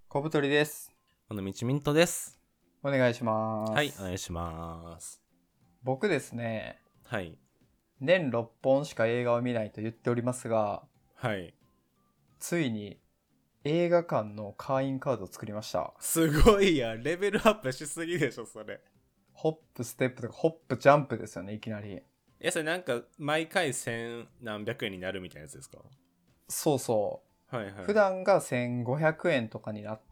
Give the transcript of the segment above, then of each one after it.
小太りです。 この道ミントです。 お願いします。 はい、お願いします。 僕ですね、 はい。 年6本しか映画を見ないと言っておりますが、 はい。 ついに映画館の会員カードを作りました。 すごいや、レベルアップしすぎでしょ、それ。 ホップ、ステップとかホップ、ジャンプですよね、いきなり。 それなんか、毎回千何百円になるみたいなやつですか？ そうそう。 はいはい。 普段が1500円とかになって、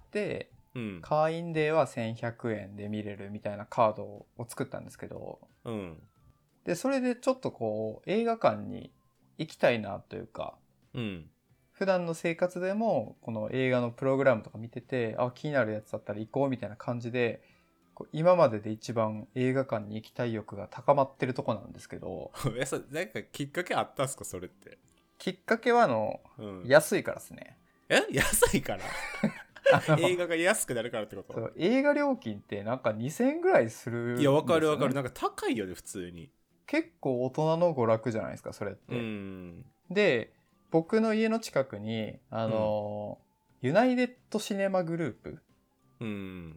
うん。 会員デーは1100円で見れるみたいなカードを作ったんですけど、 うん。 で、それでちょっと映画館に行きたいなというか、 うん。 普段の生活でもこの映画のプログラムとか見てて、気になるやつだったら行こうみたいな感じで、今までで一番映画館に行きたい欲が高まってるとこなんですけど、 それなんかきっかけあったんすか、それって？ きっかけはうん。 安いからですね。 安いから？ あの映画が安くなるからってこと？ そう映画料金ってなんか2000円ぐらいするんですいや、 よね。 わかるわかる。なんか高いよね、普通に。 結構大人の娯楽じゃないですか、それっうて。 ん。 で、僕の家の近くに、ユナイテッドシネマグループうん。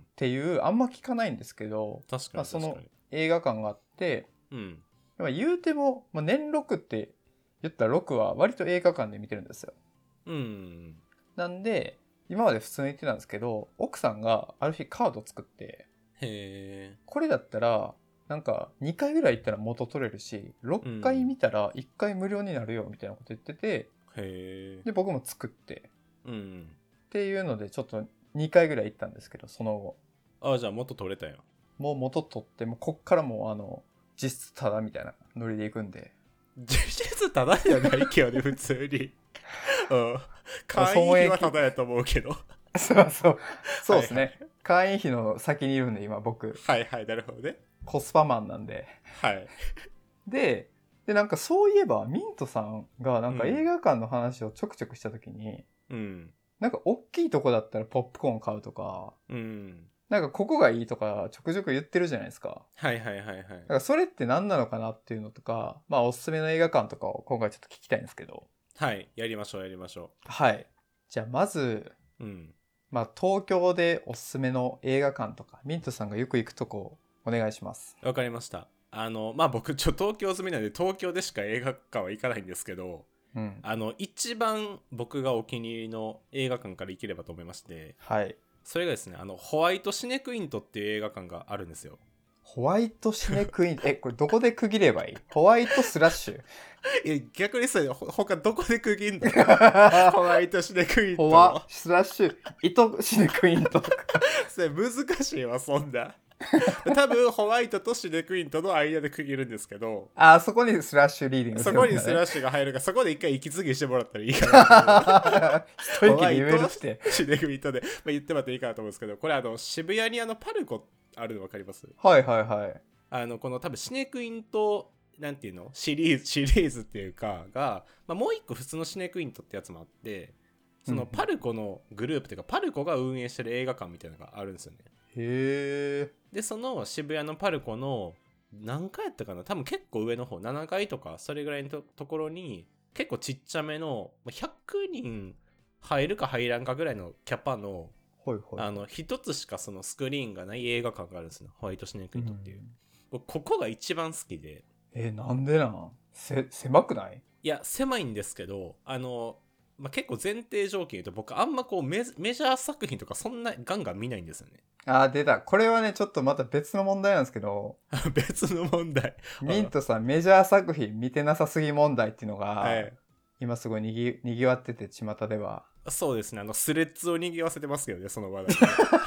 っていうあんま聞かないんですけど、 確かにその確かに。 映画館があって、 うん。 言うても、年6って言ったら6は割と映画館で見てるんですよ。 うん。 なんで今まで普通に言ってたんですけど、奥さんがある日カード作って、 へこれだったらなんか2回ぐらい行ったら元取れるし、6回見たら1回無料になるよみたいなこと言ってて、 え。 で僕も作ってうん。 っていうのでちょっと2回ぐらい行ったんですけど、その後あ、じゃあもっと取れたよ。 もう元取って、もうこっからもう実質タダみたいなノリで行くんで。 実質ただじゃないけどね、普通に。うん。会員費はただやと思うけど。 そうそう。そうですね。 はいはい。 会員費の先にいるんで、今僕。 はいはい、なるほどね。 コスパマンなんで。 はい。 で、なんかそういえば、ミントさんがなんか映うん。 画館の話をちょくちょくしたときに、 うん。 なんか大きいとこだったらポップコーン買うとか、 うん。 なんかここがいいとかちょくちょく言ってるじゃないですか。 はいはいはいはい。 だからそれって何なのかなっていうのとか、まあおすすめの映画館とかを今回ちょっと聞きたいんですけど。 はい、やりましょうやりましょはい。じゃあまず、 う。うん。 まあ東京でおすすめの映画館とか、ミントさんがよく行くとこお願いします。 わかりました。まあ僕、東京住みなんで東京でしか映画館は行かないんですけど、 うん。 一番僕がお気に入りの映画館から行ければと思いまして、 はい。 それがですね、ホワイトシネクイントっていう映画館があるんですよ。 ホワイトシネクイント、これどこで区切ればいい？ホワイトスラッシュ。 逆にそれ、他どこで区切んの？ホワイトシネクインホワト。 スラッシュ、イトシネクイントとか。 それ難しいわ、そんな。多分、ホワイトとシネクイントの間で区切るんですけど、 そこにスラッシュリーディングすそるんだね。 こにスラッシュが入るから、そこで一回息継ぎしてもらったらいいかな。 一息で言えるって。 シネクイントで、言ってもらっていいかなと思うんですけど、これ渋谷にパルコあるの分かります？ はいはいはい。 この多分シネクイントなんていうのシリーズっていうかが、もう一個普通のシネクイントってやつもあって、そのパルコのグループっていうか、パルコが運営してる映画館みたいなのがあるんですよね。 へえ。 でその渋谷のパルコの何階やったかな、多分結構上の方7階とかそれぐらいのところに結構ちっちゃめの100人入るか入らんかぐらいのキャパのはいはい。 一つしかそのスクリーンがない映画館があるんですよ、ホワイトシネクイントっていう、 うん、 ここが一番好きで。 なんでなん狭くない？ いや狭いんですけど、結構前提条件言うと、僕あんまこうメジャー作品とかそんなガンガン見ないんですよね。 出た。これはね、ちょっとまた別の問題なんですけど、 別の問題。 ミントさんメジャー作品見てなさすぎ問題っていうのが、 はい。 今すごいにぎわってて、巷では。 そうですね、スレッズを賑わせてますけどね、その話題で。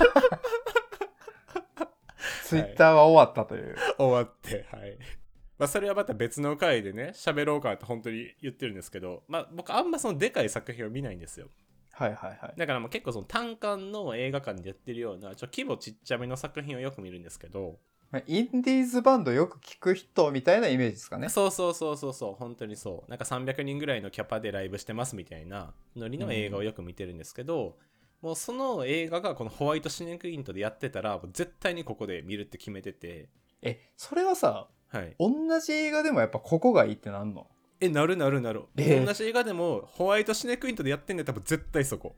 ツイはい。 ッターは終わったという。 終わって、はい。それはまた別の回でね、喋ろうかって本当に言ってるんですけど、僕あんまそのでかい作品を見ないんですよ。 はいはいはい。 だから結構その単館の映画館でやってるような規模ちっちゃめの作品をよく見るんですけど、 インディーズバンドよく聞く人みたいなイメージですかね。 そうそうそうそうそう、本当にそう、なんか300人ぐらいのキャパでライブしてますみたいなノリの映画をよく見てるんですけど、もうその映画がこのホワイトシネクイントでやってたら、もう絶対にここで見るって決めてて。 それはさ、 はい。 同じ映画でもやっぱここがいいってなんの？ なる。同じ映画でもホワイトシネクイントでやってんねん、多分絶対そこ。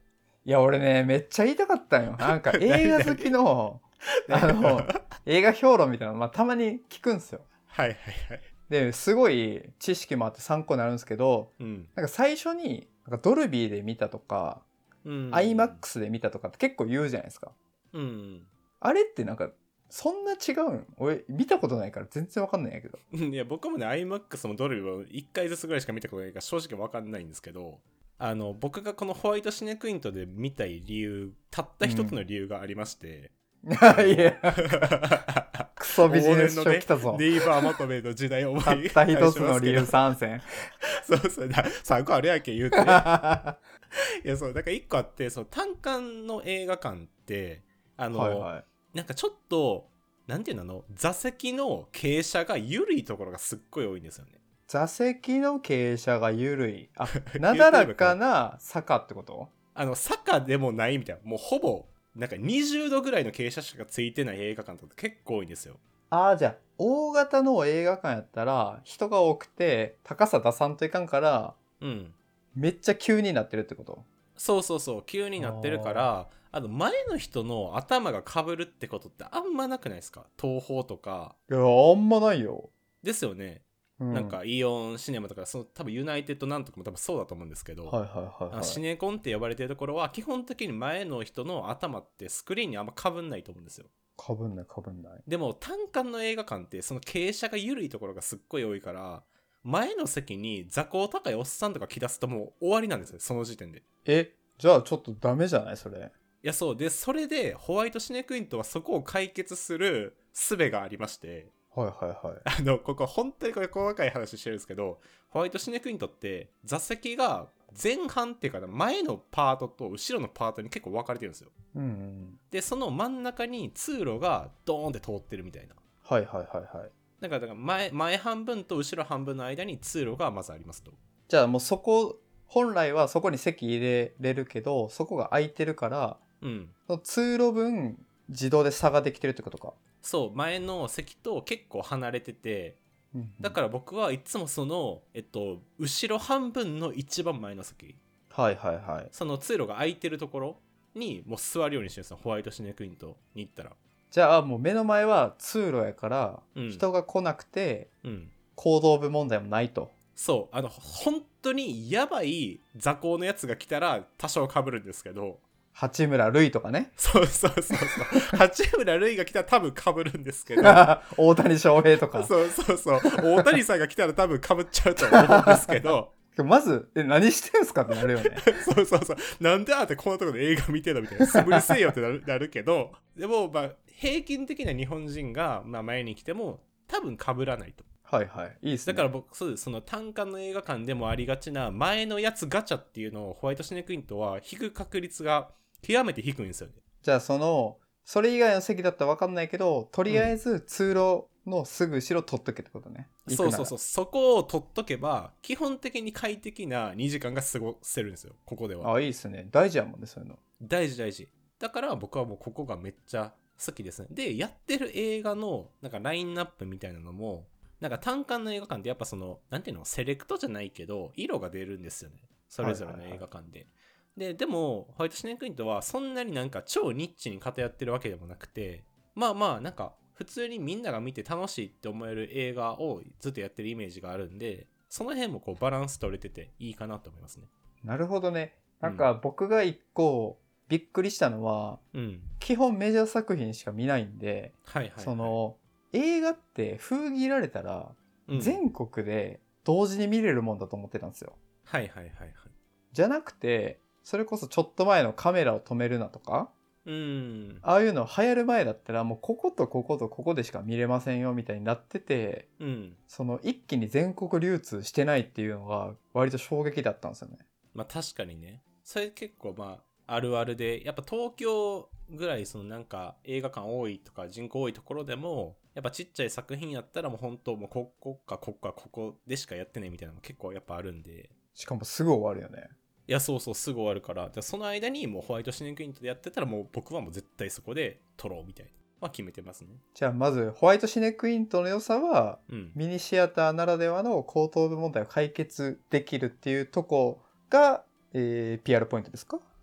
いや俺ねめっちゃ言いたかったんよ。なんか映画好きの映画評論みたいなの、まあ、たまに聞くんすよ。 はいはいはい。 ですごい知識もあって参考になるんですけど、なんか最初になんかドルビーで見たとか、IMAX で見たとかって結構言うじゃないですか。あれってなんかそんな違うん俺見たことないから全然わかんないんやけど。 いや僕もね IMAX もドルビーは1回ずつぐらいしか見たことないから正直わかんないんですけど、僕がこのホワイトシネクイントで見たい理由たった一つの理由がありまして、 いやクソビジネス書来たぞ、 ね、ネイバーまとめの時代を思いたった一つの理由参戦そうそうだ3個あるやんけ言うていやそうだから1個あって、その単館の映画館ってはいはい、なんかちょっとなんていうの座席の傾斜が緩いところがすっごい多いんですよね。 座席の傾斜が緩い、あ、なだらかな坂ってこと？ 坂でもないみたいな、もうほぼなんか20度ぐらいの傾斜しかついてない映画館とか結構多いんですよ。 じゃあ大型の映画館やったら人が多くて高さ出さんといかんから、めっちゃ急になってるってこと？ そうそうそう、急になってるから、前の人の頭が被るってことってあんまなくないですか？東宝とか。 いやあんまないよ。 ですよね。なんかイオンシネマとか多分ユナイテッドなんとかも多分そうだと思うんですけど、シネコンって呼ばれてるところは基本的に前の人の頭ってスクリーンにあんま被んないと思うんですよ。 被んない。 でも単館の映画館ってその傾斜が緩いところがすっごい多いから、前の席に座高高いおっさんとか来だすともう終わりなんですよ、その時点で。 じゃあちょっとダメじゃないそれ。 いやそうで、それでホワイトシネクイントはそこを解決する術がありまして、ここ本当にこれ細かい話してるんですけど、ホワイトシネクイントって座席が前半っていうか前のパートと後ろのパートに結構分かれてるんですよ。でその真ん中に通路がドーンって通ってるみたいな。だから前半分と後ろ半分の間に通路がまずありますと。 じゃあもうそこ本来はそこに席入れれるけどそこが空いてるから、その通路分自動で差ができてるってことか。 そう、前の席と結構離れてて、だから僕はいつもその、後ろ半分の一番前の席、その通路が空いてるところにもう座るようにしてるんですよ、ホワイトシネクイントに行ったら。 じゃあもう目の前は通路やから、人が来なくて、行動部問題もないと。 そう、本当にやばい座高のやつが来たら多少被るんですけど、 八村塁とかね。 そう八村塁が来たら多分被るんですけど大谷翔平とか。 そう大谷さんが来たら多分被っちゃうと思うんですけどまず何してんすかってなるよねそうなんであってこんなところで映画見てんのみたいな、素振りせえよってなるけど、でもまあ平均的な日本人が前に来ても多分被らないと。 いいっすね。 だから僕そうです、その単館の映画館でもありがちな前のやつガチャっていうのをホワイトシネクイントは引く確率が極めて低いんですよね。 じゃあそれ以外の席だったら分かんないけど、とりあえず通路のすぐ後ろ取っとけってことね。 そうそこを取っとけば基本的に快適な2時間が過ごせるんですよ、ここでは。 いいっすね。大事やもんね、そういうの。 大事だから僕はもうここがめっちゃ好きですね。でやってる映画のなんかラインナップみたいなのも、なんか単館の映画館ってやっぱなんていうの、セレクトじゃないけど色が出るんですよね、それぞれの映画館で。でもホワイトシネクイントはそんなになんか超ニッチに偏ってるわけでもなくて、まあなんか普通にみんなが見て楽しいって思える映画をずっとやってるイメージがあるんで、その辺もこうバランス取れてていいかなと思いますね。 なるほどね。なんか僕が一個びっくりしたのは、基本メジャー作品しか見ないんで、映画って封切られたら全国で同時に見れるもんだと思ってたんですよ。じゃなくて、それこそちょっと前のカメラを止めるなとか、ああいうの流行る前だったらもうこことこことここでしか見れませんよみたいになってて、一気に全国流通してないっていうのが割と衝撃だったんですよね。 まあ確かにね、それ結構あるあるで、やっぱ東京ぐらいなんか映画館多いとか人口多いところでもやっぱちっちゃい作品やったらもう本当もうここでしかやってないみたいなのも結構やっぱあるんで、 しかもすぐ終わるよね。 いやそうすぐ終わるから、その間にもうホワイトシネクイントでやってたらもう僕はもう絶対そこで撮ろうみたいな決めてますね。 じゃあまずホワイトシネクイントの良さは、ミニシアターならではの後頭部問題を解決できるっていうとこが、PR ポイントですか？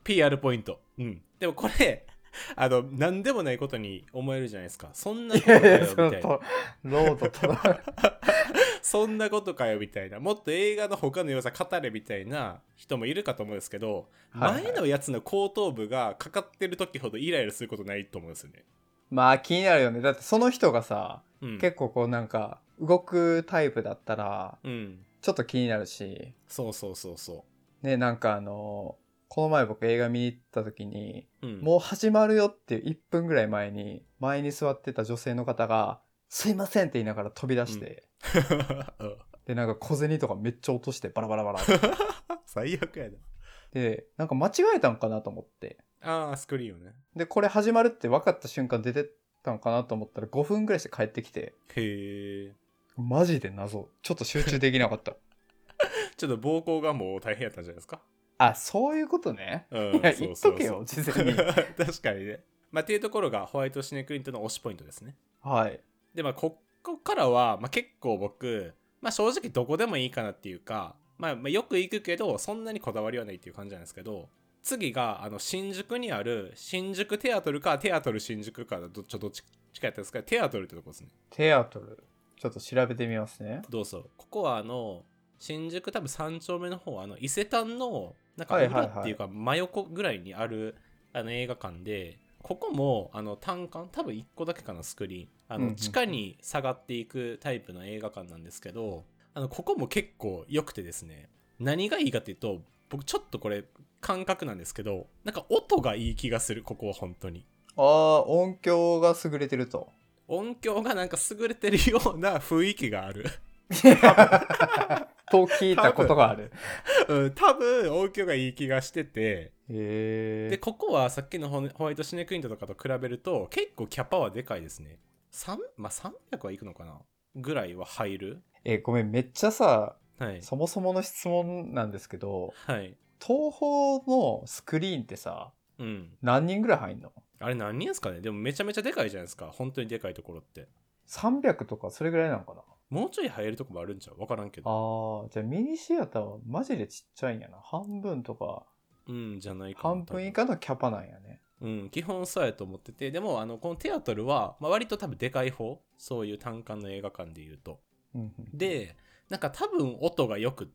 PR ポイント。うん。でもこれ、なんでもないことに思えるじゃないですか。そんなことかよ、みたいな。 ロードとそんなことかよ、みたいな。もっと映画の他の良さ語れ、みたいな人もいるかと思うんですけど、 はいはい、 前のやつの後頭部がかかってる時ほどイライラすることないと思うんですよね。 まあ気になるよね。だってその人がさ、 うん。 結構こうなんか動くタイプだったらうん。 ちょっと気になるし、 そうそうそうそね、なんかこの前僕映画見に行った時に、 う。うん。 もう始まるよっていう1分ぐらい前に座ってた女性の方が、すいませんって言いながら飛び出して、で、なんか小銭とかめっちゃ落としてバラバラバラって。 最悪やな。 で、なんか間違えたんかなと思って。 ああ、スクリーンをね。 で、これ始まるって分かった瞬間出てったんかなと思ったら5分ぐらいして帰ってきて、 へえ。 マジで謎。ちょっと集中できなかった。 ちょっと膀胱がもう大変やったんじゃないですか。 あ、そういうことね。 うん、 いや、言そうっそうそう。 とけよ、事前に。 確かにね。まあ、っていうところがホワイトシネクリントの推しポイントですね。 はい。 で、まあ、ここからは、まあ、結構僕、まあ、正直どこでもいいかなっていうか、まあ、よく行くけど、そんなにこだわりはないっていう感じなんですけど、次が、新宿にある、新宿テアトルか、テアトル新宿か、どっちかやったんですか、テアトルってとこですね。 テアトル。ちょっと調べてみますね。 どうぞ。ここは新宿多分3丁目の方、伊勢丹の、なんかはいはいはい。 裏っていうか、真横ぐらいにある、映画館で、ここも、単館、多分1個だけかな、スクリーン。 うんうんうん地下に下がっていくタイプの映画館なんですけど、ここも結構良くてですね、何がいいかっていうと、僕ちょっとこれ、感覚なんですけど、なんか音がいい気がする、ここは本当に。 ああ、音響が優れてると。 音響がなんか優れてるような雰囲気がある。多分、 と聞いたこと多分、 がある。 多分音響がいい気がしてて、で、 へえ。 ここはさっきのホワイトシネクイントとかと比べると結構キャパはでかいですね。まあ、300はいくのかなぐらいは入る。 ごめん、めっちゃさ、 はい。 そもそもの質問なんですけど、 はい。 東宝のスクリーンってさ、 うん。 何人ぐらい入んの？ あれ何人ですかね。でもめちゃめちゃでかいじゃないですか。本当にでかいところって。 300 とかそれぐらいなのかな？ もうちょい入るとこもあるんちゃうわからんけど。 ああ、じゃあミニシアターはマジでちっちゃいんやな。半分とか、 うん、じゃないかな、 半分以多分。 下のキャパなんやね。 うん、基本そうやと思ってて、でも、このテアトルは、まあ、割と多分でかい方。そういう単館の映画館で言うと。 うんうん、 で、なんか多分音が良くって、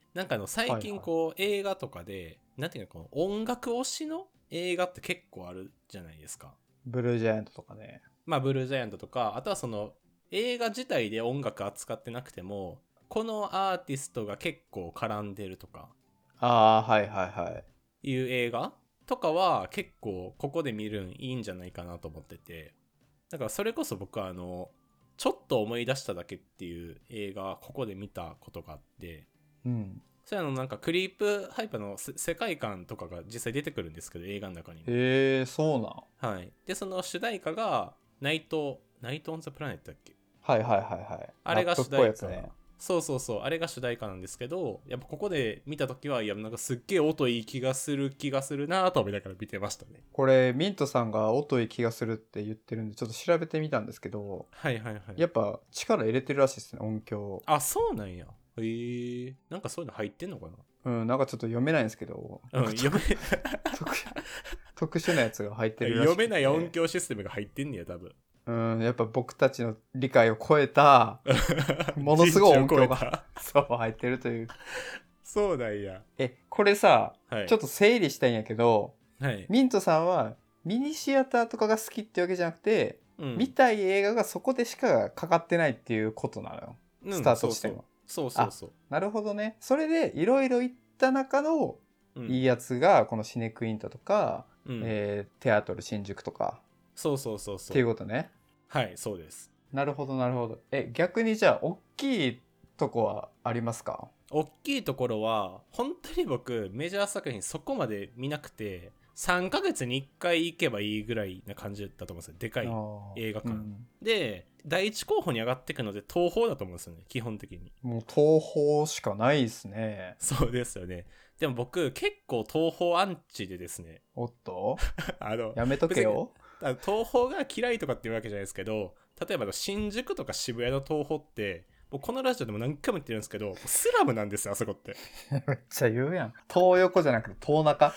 なんか最はいはい。 近こう映画とかで、なんていうの、この音楽推しの映画って結構あるじゃないですか。 ブルージャイアントとかね。 まあブルージャイアントとか、あとはその映画自体で音楽扱ってなくても、このアーティストが結構絡んでるとかああ、はいはいはい。 いう映画とかは結構ここで見るんいいんじゃないかなと思ってて、だからそれこそ僕はちょっと思い出しただけっていう映画ここで見たことがあって、 うん。 それなんかクリープハイパーの世界観とかが実際出てくるんですけど、映画の中にも。 へえ、そうなん。 はい。で、その主題歌がナイトオンザプラネットだっけ。 はいはいはいはい。 あれがラップっぽい主題歌。 やつね。 そうそうそう。あれが主題歌なんですけど、やっぱここで見たときは、いや、なんかすっげえ音いい気がするなぁと思いながら見てましたね。 これ、ミントさんが音いい気がするって言ってるんで、ちょっと調べてみたんですけど、 はいはいはい。 やっぱ力入れてるらしいですね、音響。 あ、そうなんや。へえ。なんかそういうの入ってんのかうん、なんかちょっと読めないんですけど、 な。うん、 特特殊なやつが入ってるらし読めくない音て、 響システムが入ってんねや、多分。 うん、やっぱ僕たちの理解を超えた、ものすごい人知を音響が超えた。 そう入ってるという。 そうなんや。 これさ、 はい。 ちょっと整理したいんやけど、 はい。 ミントさんはミニシアターとかが好きってわけじゃなくて、見うん。 たい映画がそこでしかかかってないっていうことなのよ。スタうん、そうそう。 ート地点は。 そうそうあ、 そう。 なるほどね。それでいろいろ言った中のうん。 いいやつがこのシネクイントとか、 うん。 テアトル新宿とかそうそうそうっていうそう。 ことね。 はい、そうです。 なるほどなるほど。逆にじゃあ大きいとこはありますか？ 大きいところは、本当に僕、メジャー作品そこまで見なくて、3ヶ月に1回行けばいいぐらいな感じだったと思うんですよ。でかあいあ、 映画館。 うん。 で、第一候補に上がっていくので、東宝だと思うんですよね、基本的に。 もう東宝しかないですね。 そうですよね。でも僕、結構東宝アンチでですね、 おっとあの、 やめとけ別に、 よ。 東宝が嫌いとかっていうわけじゃないですけど、例えば新宿とか渋谷の東宝って、もうこのラジオでも何回も言ってるんですけど、スラムなんですよ、あそこって。 めっちゃ言うやん。東横じゃなくて東中。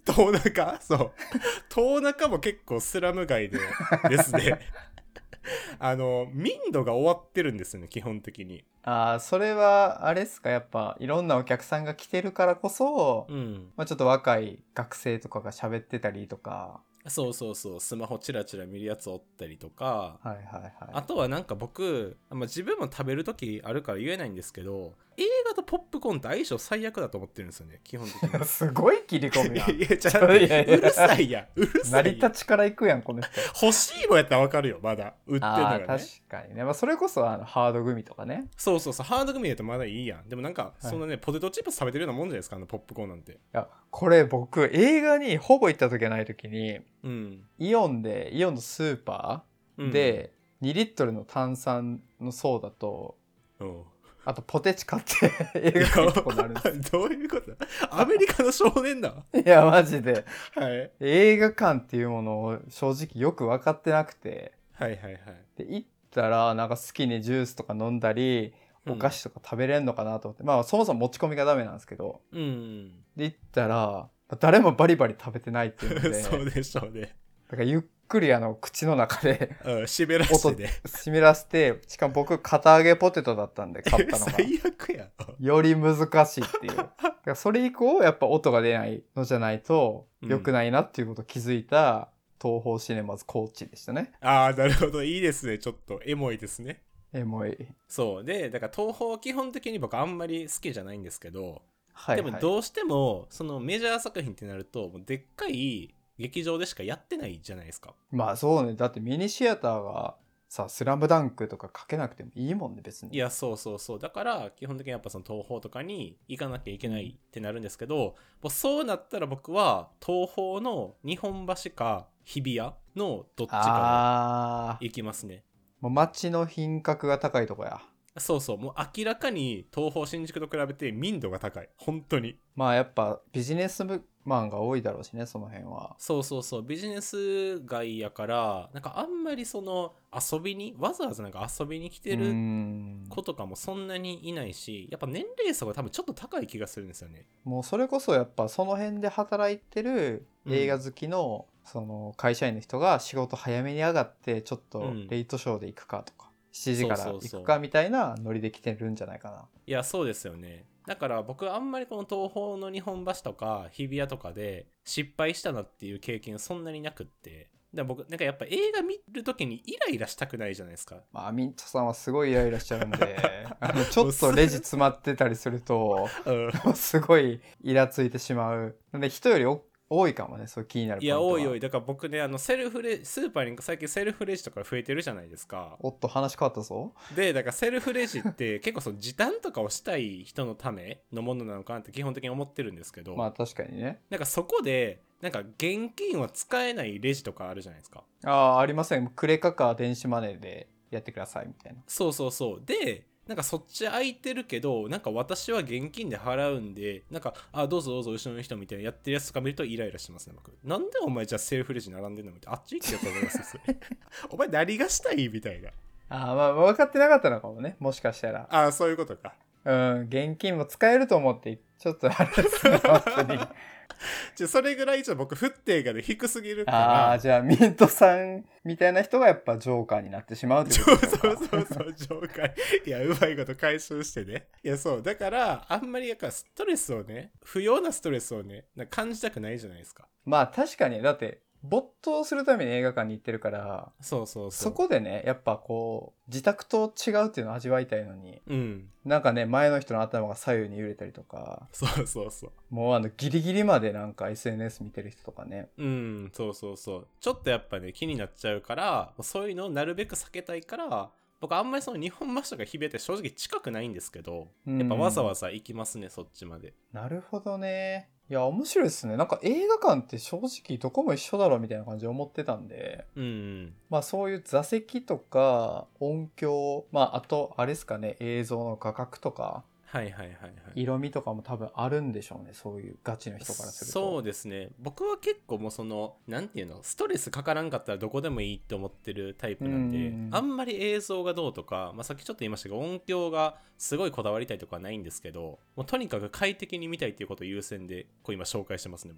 遠中そう遠中も結構スラム街でですね民度が終わってるんですよね基本的に。 ああ、それは、あれですか、やっぱ、いろんなお客さんが来てるからこそ、 うんまあちょっと若い学生とかが喋ってたりとか、 そうそうそう、スマホチラチラ見るやつおったりとか、 はいはいはい。 あとはなんか僕、自分も食べるときあるから言えないんですけど、映画とポップコーンって相性最悪だと思ってるんですよね基本的に。 すごい切り込みやん。 いやじゃあいやいやうるさいやんうるさ成りいやん。 立ちから行くやん、この人。 欲しいもんやったらわかるよまだ売ってんのああ、 がね。 確かにね。まあそれこそ、ハードグミとかね。 そうそうそう、ハードグミだとまだいいやん。でもなんか、 いそのねポテトチップス食べてるようなもんじゃないですかポップコーンなんて。 いや、これ僕、映画にほぼ行った時はない時に、 うんイオンのスーパーで、2リットルの炭酸のソーダと、 うんあとポテチ買って映画館行ったことあるんですよ。 どういうことアメリカの少年だいや、マジで。 はい映画館っていうものを正直よく分かってなくて。 はいはいはい。 で、行ったら、なんか好きにジュースとか飲んだり、お菓子とか食べれんのかなと思って。まあ、そもそも持ち込みがダメなんですけど。 うんで、行ったら、誰もバリバリ食べてないっていうので、 そうでしょうね。 だからゆっくり口の中で湿らしてね。 湿らせて、しかも僕、片揚げポテトだったんで、買ったのが。 最悪や。 より難しいっていう。だからそれ以降、やっぱ音が出ないのじゃないと、良くないなっていうことを気づいた、東宝シネマズ高知でしたね。 ああ、なるほど。いいですね。ちょっとエモいですね。 エモい。 そう。で、だから東宝は基本的に僕あんまり好きじゃないんですけど、 はい、はい。 でもどうしても、そのメジャー作品ってなると、もうでっかい劇場でしかやってないじゃないですか。 まあそうね。だってミニシアターがさ、スラムダンクとかかけなくてもいいもんね、別に。 いや、そうそうそう。だから、基本的にやっぱその東宝とかに行かなきゃいけないってなるんですけど、もうそうなったら僕は東宝の日本橋か日比谷のどっちかで行きますね。 もう街の品格が高いとこや。 そうそう。もう明らかに東宝新宿と比べて民度が高い。本当に。 まあやっぱビジネスマンが多いだろうしね、その辺は。 そうそうそう。ビジネス街やから、なんかあんまりその遊びに、わざわざなんか遊びに来てる子とかもそんなにいないし、やっぱ年齢層が多分ちょっと高い気がするんですよね。 もうそれこそやっぱその辺で働いてる映画好きのその会社員の人が仕事早めに上がってちょっとレイトショーで行くかとか、7時から行くかみたいなノリで来てるんじゃないかな。 いや、そうですよね。だから僕はあんまりこの東宝の日本橋とか日比谷とかで失敗したなっていう経験そんなになくって、だから僕なんかやっぱ映画見るときにイライラしたくないじゃないですか。 まあミントさんはすごいイライラしちゃうんでちょっとレジ詰まってたりするとすごいイラついてしまう。なんで人より多いかもね、そう気になるポイントは。 いや、多い多い。だから僕ね、セルフレジ、スーパーに最近セルフレジとか増えてるじゃないですか。 おっと話変わったぞ。 で、だからセルフレジって結構その時短とかをしたい人のためのものなのかなって基本的に思ってるんですけど、 まあ確かにね。 なんかそこで、なんか現金は使えないレジとかあるじゃないですか。 ありません。クレカか電子マネーでやってくださいみたいな。 そうそうそう。で、なんかそっち空いてるけど、なんか私は現金で払うんで、なんか、どうぞどうぞ後ろの人みたいなやってるやつとか見るとイライラしますね、僕。なんでお前じゃあセルフレジ並んでんのみたいな。あっち行ってやと思いますよ。お前何がしたいみたいな。 まあ分かってなかったのかもね、もしかしたら。 そういうことか。 現金も使えると思ってちょっとあれですね本当に。 それぐらい僕沸点がね低すぎるから。 じゃあミントさんみたいな人がやっぱジョーカーになってしまうってことですか。 そうジョーカー。いや、うまいこと回収してね。いや、そうだからあんまりやっぱストレスをね、不要なストレスをね感じたくないじゃないですか。 まあ確かに、だって没頭するために映画館に行ってるから、そこでねやっぱこう自宅と違うっていうのを味わいたいのに、なんかね前の人の頭が左右に揺れたりとか、もうギリギリまでなんか SNS 見てる人とかね、 そうちょっとやっぱね気になっちゃうから、そういうのをなるべく避けたいから、僕あんまりその日本橋とか日比谷って正直近くないんですけど、やっぱわざわざ行きますね、そっちまで。 なるほどね。いや面白いですね。なんか映画館って正直どこも一緒だろみたいな感じで思ってたんで、まあそういう座席とか音響、まああとあれですかね、映像の画角とか色味とかも多分あるんでしょうね、そういうガチの人からすると。 そうですね。僕は結構もうそのなんていうの、ストレスかからんかったらどこでもいいって思ってるタイプなんで、あんまり映像がどうとか、さっきちょっと言いましたが音響がすごいこだわりたいとかはないんですけど、もうとにかく快適に見たいっていうことを優先で今紹介してますね、僕。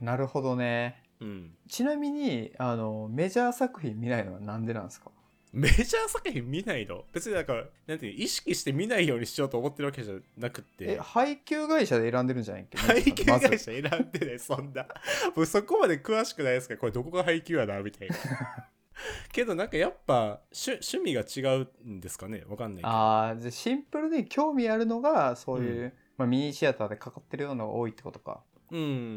なるほどね。 うん。 ちなみにメジャー作品見ないのはなんでなんですか？ メジャー作品見ないの？別になんか、なんていう意識して見ないようにしようと思ってるわけじゃなくて、 配給会社で選んでるんじゃないっけ？ 配給まず会社選んでない、そんな。僕そこまで詳しくないですから、これどこが配給やな、みたいな。けどなんかやっぱ趣味が違うんですかね、わかんないけど。 ああ、じゃあシンプルに興味あるのがそういう、 うんまあ、ミニシアターでかかってるようなのが多いってことか。 うん、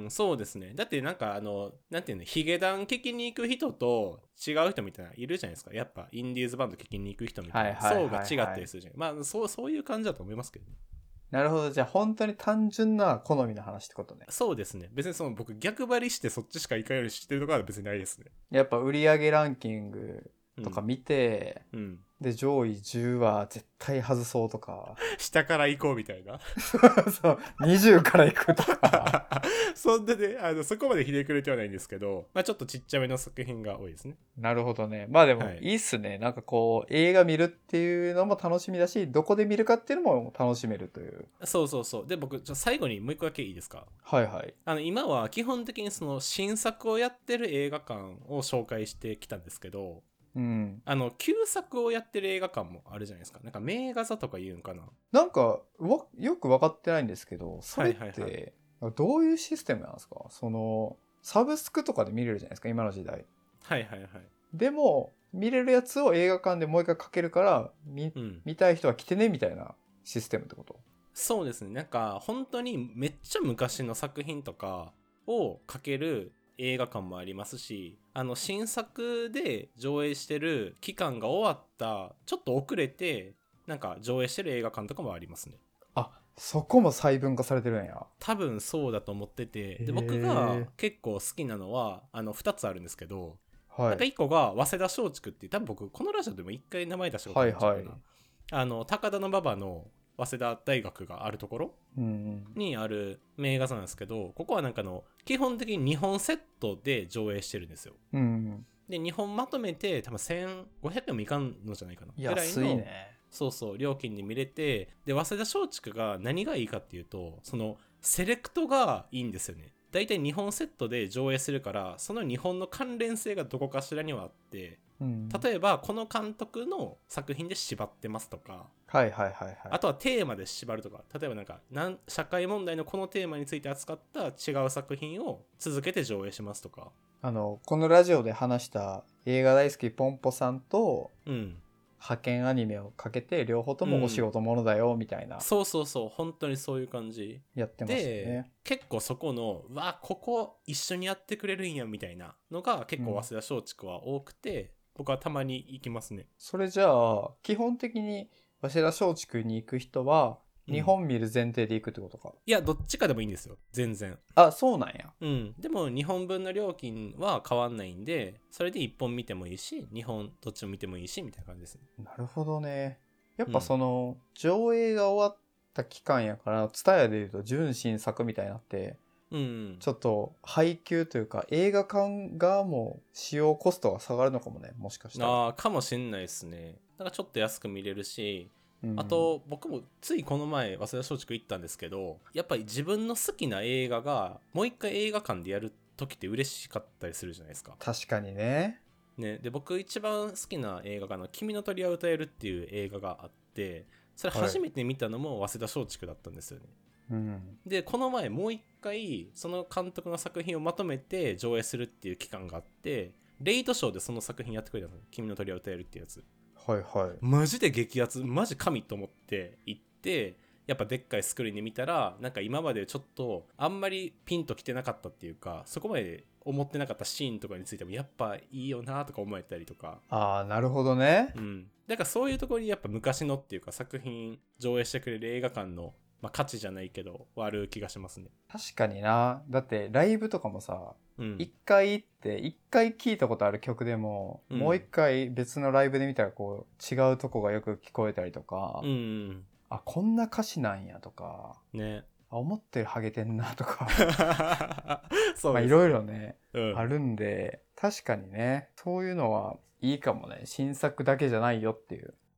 そうですね。だってなんかなんていうの、ヒゲダン聞きに行く人と違う人みたいないるじゃないですか。やっぱインディーズバンド聞きに行く人みたいな層が違ったりするじゃん。まあそういう感じだと思いますけどね。 なるほど。じゃあ本当に単純な好みの話ってことね。 そうですね。別にその僕逆張りしてそっちしか行かないようにしてるとかは別にないですね。 やっぱ売上ランキングとか見て、 うん。 で上位10は絶対外そうとか下から行こうみたいな。 そう20から行くとかそんなね、そこまでひねくれてはないんですけど、まあちょっとちっちゃめの作品が多いですね。 なるほどね。まあでもはいいいっすね。なんかこう映画見るっていうのも楽しみだし、どこで見るかっていうのも楽しめるという。 そうそうそう。で、僕、最後にもう一個だけいいですか？ はいはい。 今は基本的にその新作をやってる映画館を紹介してきたんですけど、 うん。 旧作をやってる映画館もあるじゃないですか。なんか名画座とか言うんかな。 なんかよく分かってないんですけど、それっはいはいはい。 てどういうシステムなんですか？そのサブスクとかで見れるじゃないですか、今の時代。 はいはいはい。 でも見れるやつを映画館でもう一回かけるからうん。 見たい人は来てねみたいなシステムってこと？ そうですね。なんか本当にめっちゃ昔の作品とかをかける映画館もありますし、新作で上映してる期間が終わったちょっと遅れてなんか上映してる映画館とかもありますね。 あ、そこも細分化されてるんや。 多分そうだと思ってて、で僕へがー。 結構好きなのは2つあるんですけど、なんかはい。 1個が早稲田松竹っていう、多分僕このラジオでも1回名前出したことあはいるんちゃうかはい。 な、高田馬場の早稲田大学があるところうんにある名画座なんですけど、ここはなんか基本的に2本セットで上映してるんですよ。 うん。うん。 で2本まとめて多分1500円もいかんのじゃないかなぐらい安いの、 ね。 そうそう料金で見れて、で早稲田松竹が何がいいかっていうと、そのセレクトがいいんですよね。だいたい2本セットで上映するから、その2本の関連性がどこかしらにはあって、 うん。 例えばこの監督の作品で縛ってますとか、 はいはいはいはい。 あとはテーマで縛るとか、例えばなんか社会問題のこのテーマについて扱った違う作品を続けて上映しますとか。 このラジオで話した映画大好きポンポさんとうん派遣アニメをかけて両方ともお仕うん、 事ものだよみたいなそうそうそう、本当にそういう感じやってましたで、 ね。 結構そこのここ一緒にやってくれるんやみたいなのが結構早稲田松竹は多くて、僕はたまに行きますね。 それじゃあ基本的に早稲田松竹に行く人は日うん本見る前提で行くってことか。 いやどっちかでもいいんですよ、全然。 あ、そうなんや。 でも日本分の料金は変わんないんで、それで1本見てもいいし、2本どっちも見てもいいしみたいな感じですね。 なるほどね。やっぱその、上映が終わった期間やから TSUTAYA でいうと純新作みたいになってちょっと配給というか映画館側も使用コストが下がるのかもね、もしかしたら。 かもしんないですね。なんかちょっと安く見れるし、 うん、 あと僕もついこの前早稲田松竹行ったんですけど、やっぱり自分の好きな映画がもう一回映画館でやる時って嬉しかったりするじゃないですか。 確かにね。 ね、で僕一番好きな映画が君の鳥は歌えるっていう映画があって、それ初めて見たのも早稲田松竹だったんですよね。 うん、 でこの前もう一回その監督の作品をまとめて上映するっていう期間があって、レイトショーでその作品やってくれたの、君の鳥は歌えるってやつ。 はいはい。 マジで激アツ、マジ神と思って行って、やっぱでっかいスクリーンで見たら、なんか今までちょっとあんまりピンときてなかったっていうか、そこまで思ってなかったシーンとかについてもやっぱいいよなとか思えたりとか。 ああ、なるほどね。 だからそういうところにやっぱ昔のっていうか作品上映してくれる映画館の、価値じゃないけどある気がしますね。 確かにな。だってライブとかもさ、 うん一回行って一回聴いたことある曲でも、 うんもう一回別のライブで見たらこう違うとこがよく聞こえたりとか、あ、こんな歌詞なんやとか、 ねあ、思ってるハゲてんなとかそうです、 まあいろいろね、 うんあるんで、確かにね、そういうのはいいかもね。新作だけじゃないよっていう。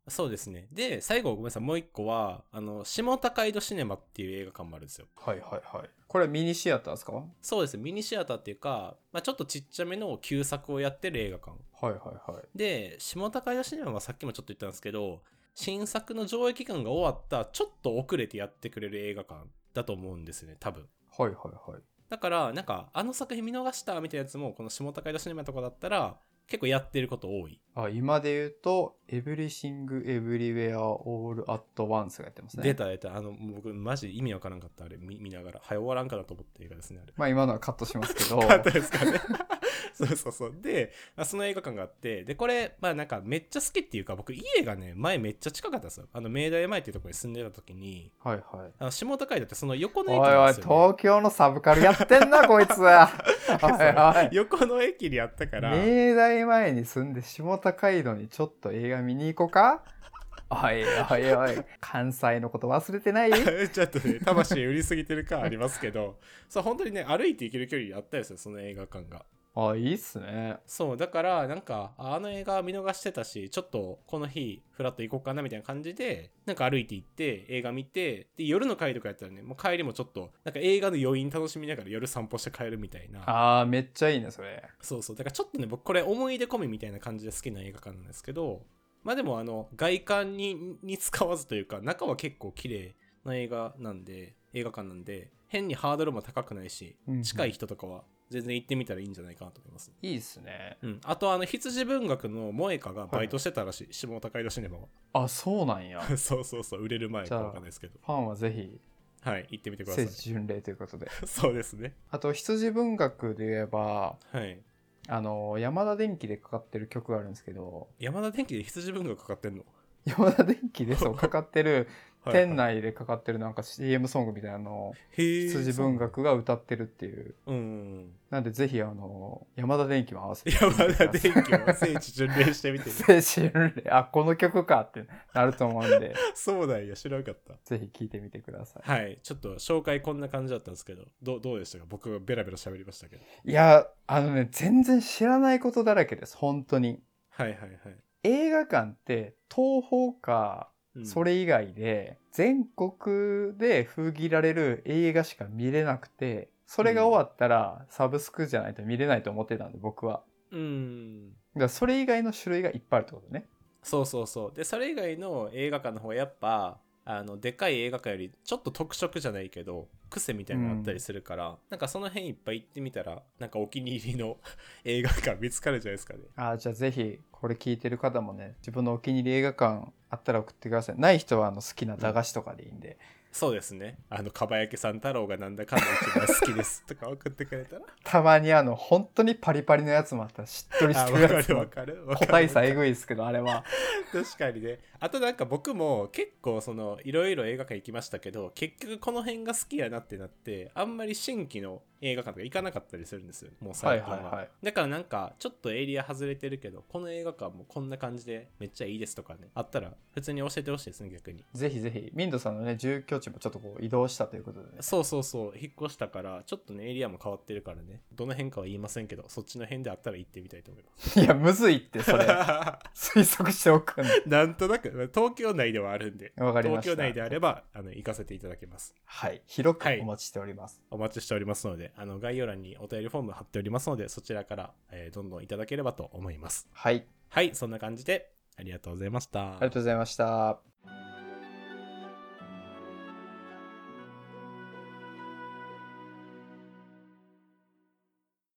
そうですね。で、最後ごめんなさい、もう一個は、下高井戸シネマっていう映画館もあるんですよ。 はいはいはい。これミニシアターですか？はいそうです。ミニシアターっていうか、ちょっとちっちゃめの旧作をやってる映画館。 はいはい。 で、下高井戸シネマはさっきもちょっと言ったんですけど、新作の上映期間が終わったちょっと遅れてやってくれる映画館だと思うんですよね、多分。 はいはいはい。 だからなんかあの作品見逃したみたいなやつもこの下高井戸シネマとかだったら結構やってること多い。 あ、今で言うと、Everything Everywhere All at Once がやってますね。 出た。僕マジ意味わからんかった。あれ見ながら早終わらんかなと思った映画ですね、あれ。 まあ今のはカットしますけど。 カットですかね。そうで、その映画館があって、でこれなんかめっちゃ好きっていうか、僕家がね前めっちゃ近かったんですよ。明大前っていうところに住んでた時に、 はいはい。 下高井戸ってその横の駅おいおい、 なんですよ、ね、 東京のサブカルやってんなこいつは。はいはい。 横の駅にあったから、 明大前に住んで下高井戸にちょっと映画見に行こうか。おいおいおい、関西のこと忘れてない？ ちょっとね魂売りすぎてる感ありますけど、そう本当にね歩いて行ける距離にあったんですよ、その映画館が。 あ、いいっすね。 そうだからなんかあの映画見逃してたし、ちょっとこの日フラッと行こうかなみたいな感じでなんか歩いて行って映画見て、で夜の帰りとかやったらね、もう帰りもちょっとなんか映画の余韻楽しみながら夜散歩して帰るみたいな。 あー、めっちゃいいねそれ。 そうだからちょっとね僕これ思い出込みみたいな感じで好きな映画館なんですけど、でも外観に使わずというか中は結構綺麗な映画館なんで変にハードルも高くないし、近い人とかは全然行ってみたらいいんじゃないかなと思います。 いいっすね。 あと羊文学の萌香がバイトしてたらしい、下高井戸シネマは。 あ、そうなんや。 そう売れる前かわかんないですけど、 ファンはぜひはい行ってみてください。 聖地巡礼ということで。 そうですね。 あと羊文学で言えば、 はい。 山田電機でかかってる曲があるんですけど、 山田電機で羊文学かかってんの？ 山田電機でそうかかってるはい、 店内でかかってるなんか CM ソングみたいなのを羊文学が歌ってるっていう。なんでぜひ山田電機も合わせて山田電機も聖地巡礼してみて聖地巡礼、あ、この曲かってなると思うんでそうだよ、知らなかった。 ぜひ聴いてみてください。 はい、ちょっと紹介こんな感じだったんですけど、どうでしたか？僕がベラベラ喋りましたけど。 いや、全然知らないことだらけです、本当に。 はい映画館って東宝かそれ以外で全国で封切られる映画しか見れなくて、それが終わったらサブスクじゃないと見れないと思ってたんで、僕は。だからそれ以外の種類がいっぱいあるってことね。 そうでそれ以外の映画館の方がやっぱでかい映画館よりちょっと特色じゃないけど癖みたいなのあったりするから、なんかその辺いっぱい行ってみたらなんかお気に入りの映画館見つかるじゃないですかね。 じゃあぜひこれ聞いてる方もね、自分のお気に入り映画館あったら送ってください。ない人は好きな駄菓子とかでいいんで。 そうですね。かばやきさん太郎がなんだかんだ一番好きですとか送ってくれたらたまに本当にパリパリのやつもあったらしっとりしてるやつも。 わかる個体差えぐいですけど、あれは確かにね。あとなんか僕も結構いろいろ映画館行きましたけど、結局この辺が好きやなってなってあんまり新規の映画館とか行かなかったりするんですよ、もう最近は。だからなんかちょっとエリア外れてるけどこの映画館もこんな感じでめっちゃいいですとかね、あったら普通に教えてほしいですね、逆に。 ぜひぜひ。ミンドさんのね、住居地もちょっと移動したということでね。 そう引っ越したからちょっとねエリアも変わってるからね、どの辺かは言いませんけどそっちの辺であったら行ってみたいと思います。 いや、むずいってそれ推測しておくんで。 なんとなく東京内ではあるんで、 わかりました。 東京内であれば行かせていただけます。 はい、広くお待ちしております。 お待ちしておりますので、概要欄にお便りフォーム貼っておりますので、そちらから、どんどんいただければと思います。 はい、 そんな感じでありがとうございました。 ありがとうございました。